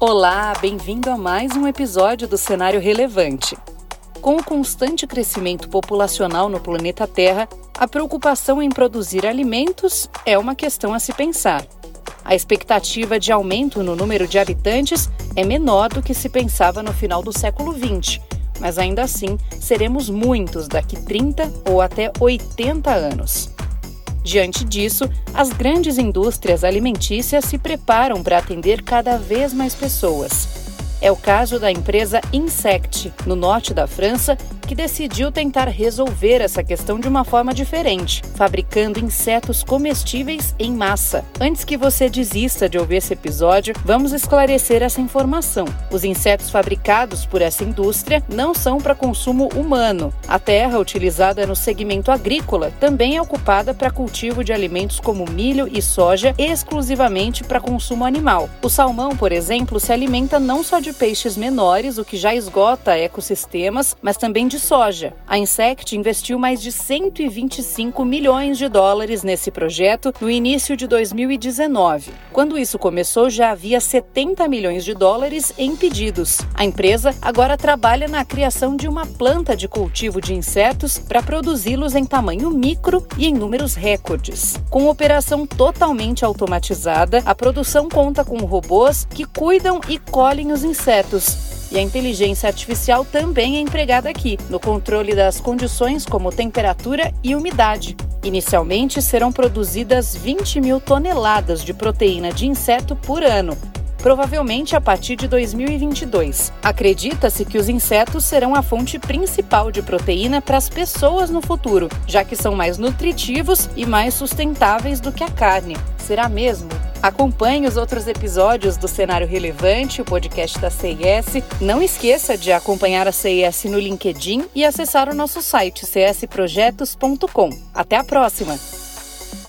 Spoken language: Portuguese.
Olá, bem-vindo a mais um episódio do Cenário Relevante. Com o constante crescimento populacional no planeta Terra, a preocupação em produzir alimentos é uma questão a se pensar. A expectativa de aumento no número de habitantes é menor do que se pensava no final do século XX, mas ainda assim seremos muitos daqui 30 ou até 80 anos. Diante disso, as grandes indústrias alimentícias se preparam para atender cada vez mais pessoas. É o caso da empresa Insect, no norte da França, que decidiu tentar resolver essa questão de uma forma diferente, fabricando insetos comestíveis em massa. Antes que você desista de ouvir esse episódio, vamos esclarecer essa informação. Os insetos fabricados por essa indústria não são para consumo humano. A terra utilizada no segmento agrícola também é ocupada para cultivo de alimentos como milho e soja, exclusivamente para consumo animal. O salmão, por exemplo, se alimenta não só de peixes menores, o que já esgota ecossistemas, mas também de soja. A Insect investiu mais de 125 milhões de dólares nesse projeto no início de 2019. Quando isso começou, já havia 70 milhões de dólares em pedidos. A empresa agora trabalha na criação de uma planta de cultivo de insetos para produzi-los em tamanho micro e em números recordes. Com operação totalmente automatizada, a produção conta com robôs que cuidam e colhem os insetos. E a inteligência artificial também é empregada aqui, no controle das condições como temperatura e umidade. Inicialmente, serão produzidas 20 mil toneladas de proteína de inseto por ano, provavelmente a partir de 2022. Acredita-se que os insetos serão a fonte principal de proteína para as pessoas no futuro, já que são mais nutritivos e mais sustentáveis do que a carne. Será mesmo? Acompanhe os outros episódios do Cenário Relevante, o podcast da CIS. Não esqueça de acompanhar a CIS no LinkedIn e acessar o nosso site csprojetos.com. Até a próxima!